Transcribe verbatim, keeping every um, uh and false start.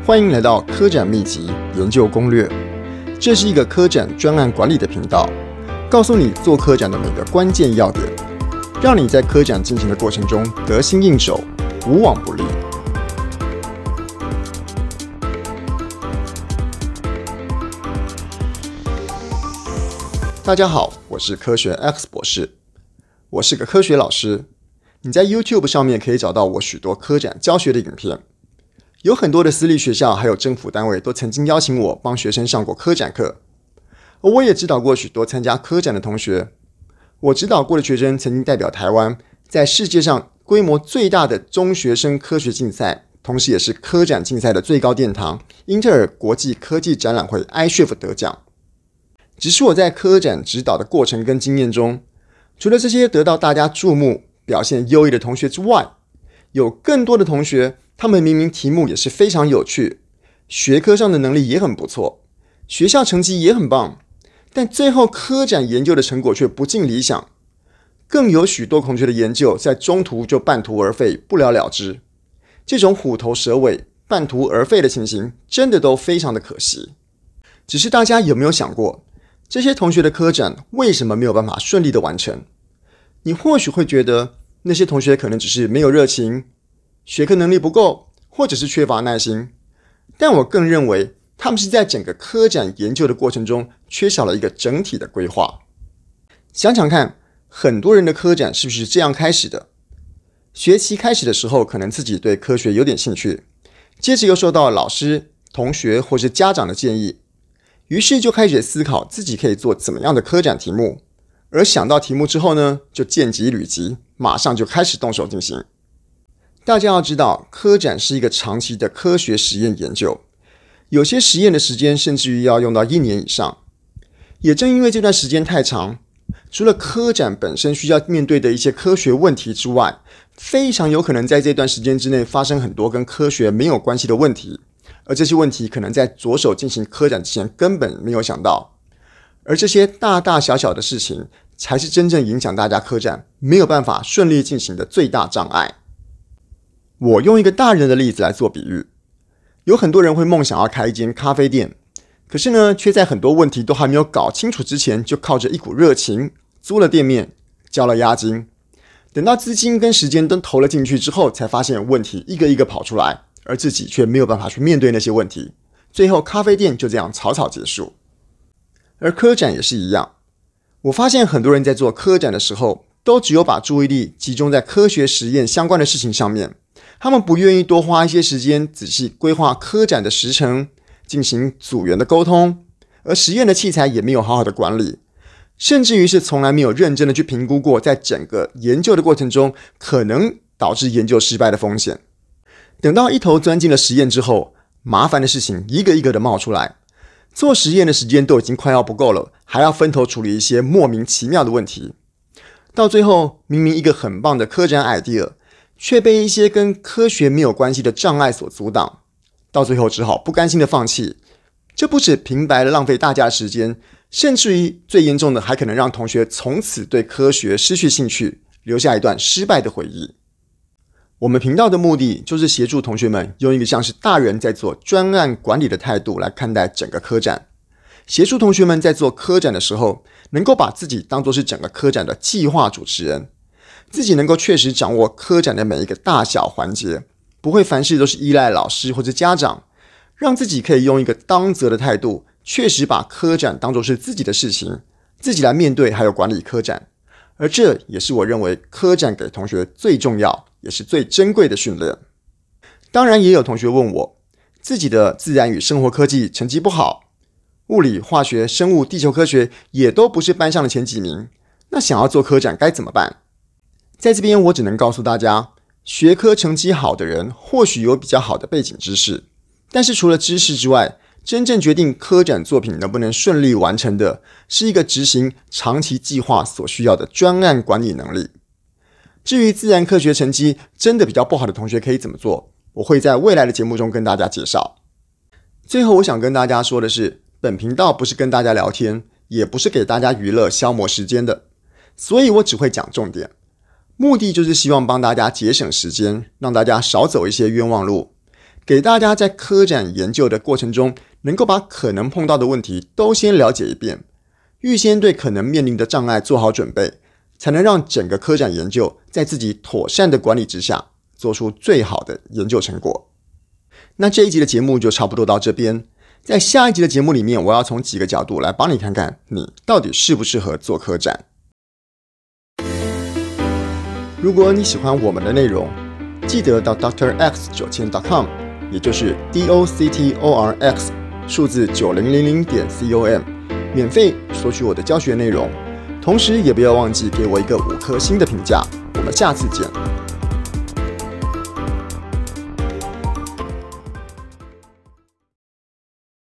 欢迎来到科展秘籍研究攻略，这是一个科展专案管理的频道，告诉你做科展的每个关键要点，让你在科展进行的过程中得心应手，无往不利。大家好，我是科学 X 博士，我是个科学老师。你在 YouTube 上面可以找到我许多科展教学的影片。有很多的私立学校还有政府单位都曾经邀请我帮学生上过科展课，而我也指导过许多参加科展的同学。我指导过的学生曾经代表台湾在世界上规模最大的中学生科学竞赛，同时也是科展竞赛的最高殿堂英特尔国际科技展览会 I S H I F 得奖。只是我在科展指导的过程跟经验中，除了这些得到大家注目表现优异的同学之外，有更多的同学他们明明题目也是非常有趣，学科上的能力也很不错，学校成绩也很棒，但最后科展研究的成果却不尽理想。更有许多同学的研究在中途就半途而废，不了了之。这种虎头蛇尾、半途而废的情形真的都非常的可惜。只是大家有没有想过，这些同学的科展为什么没有办法顺利的完成？你或许会觉得那些同学可能只是没有热情，学科能力不够，或者是缺乏耐心，但我更认为他们是在整个科展研究的过程中缺少了一个整体的规划。想想看，很多人的科展是不是这样开始的？学期开始的时候，可能自己对科学有点兴趣，接着又受到老师、同学或是家长的建议，于是就开始思考自己可以做怎么样的科展题目，而想到题目之后呢，就见机履机，马上就开始动手进行。大家要知道，科展是一个长期的科学实验研究，有些实验的时间甚至于要用到一年以上。也正因为这段时间太长，除了科展本身需要面对的一些科学问题之外，非常有可能在这段时间之内发生很多跟科学没有关系的问题，而这些问题可能在着手进行科展之前根本没有想到。而这些大大小小的事情，才是真正影响大家科展没有办法顺利进行的最大障碍。我用一个大人的例子来做比喻，有很多人会梦想要开一间咖啡店，可是呢，却在很多问题都还没有搞清楚之前，就靠着一股热情租了店面，交了押金，等到资金跟时间都投了进去之后，才发现问题一个一个跑出来，而自己却没有办法去面对那些问题，最后咖啡店就这样草草结束。而科展也是一样，我发现很多人在做科展的时候，都只有把注意力集中在科学实验相关的事情上面，他们不愿意多花一些时间仔细规划科展的时程，进行组员的沟通，而实验的器材也没有好好的管理，甚至于是从来没有认真的去评估过在整个研究的过程中可能导致研究失败的风险。等到一头钻进了实验之后，麻烦的事情一个一个的冒出来，做实验的时间都已经快要不够了，还要分头处理一些莫名其妙的问题。到最后，明明一个很棒的科展 idea， 却被一些跟科学没有关系的障碍所阻挡，到最后只好不甘心的放弃。这不止平白的浪费大家的时间，甚至于最严重的还可能让同学从此对科学失去兴趣，留下一段失败的回忆。我们频道的目的就是协助同学们用一个像是大人在做专案管理的态度来看待整个科展，协助同学们在做科展的时候，能够把自己当作是整个科展的计划主持人，自己能够确实掌握科展的每一个大小环节，不会凡事都是依赖老师或者家长，让自己可以用一个当责的态度，确实把科展当作是自己的事情，自己来面对还有管理科展。而这也是我认为科展给同学最重要也是最珍贵的训练。当然也有同学问我，自己的自然与生活科技成绩不好，物理、化学、生物、地球科学也都不是班上的前几名，那想要做科展该怎么办？在这边我只能告诉大家，学科成绩好的人或许有比较好的背景知识，但是除了知识之外，真正决定科展作品能不能顺利完成的，是一个执行长期计划所需要的专案管理能力。至于自然科学成绩真的比较不好的同学可以怎么做，我会在未来的节目中跟大家介绍。最后我想跟大家说的是，本频道不是跟大家聊天，也不是给大家娱乐消磨时间的，所以我只会讲重点，目的就是希望帮大家节省时间，让大家少走一些冤枉路。 给大家在科展研究的过程中，能够把可能碰到的问题都先了解一遍，预先对可能面临的障碍做好准备，才能让整个科展研究在自己妥善的管理之下，做出最好的研究成果。那这一集的节目就差不多到这边，在下一集的节目里面，我要从几个角度来帮你看看你到底适不适合做科展。如果你喜欢我们的内容，记得到 D R X 九千 点 com， 也就是 D O C T O R X 数字九零零零点 com， 免费索取我的教学内容。同时也不要忘记给我一个五颗星的评价。我们下次见。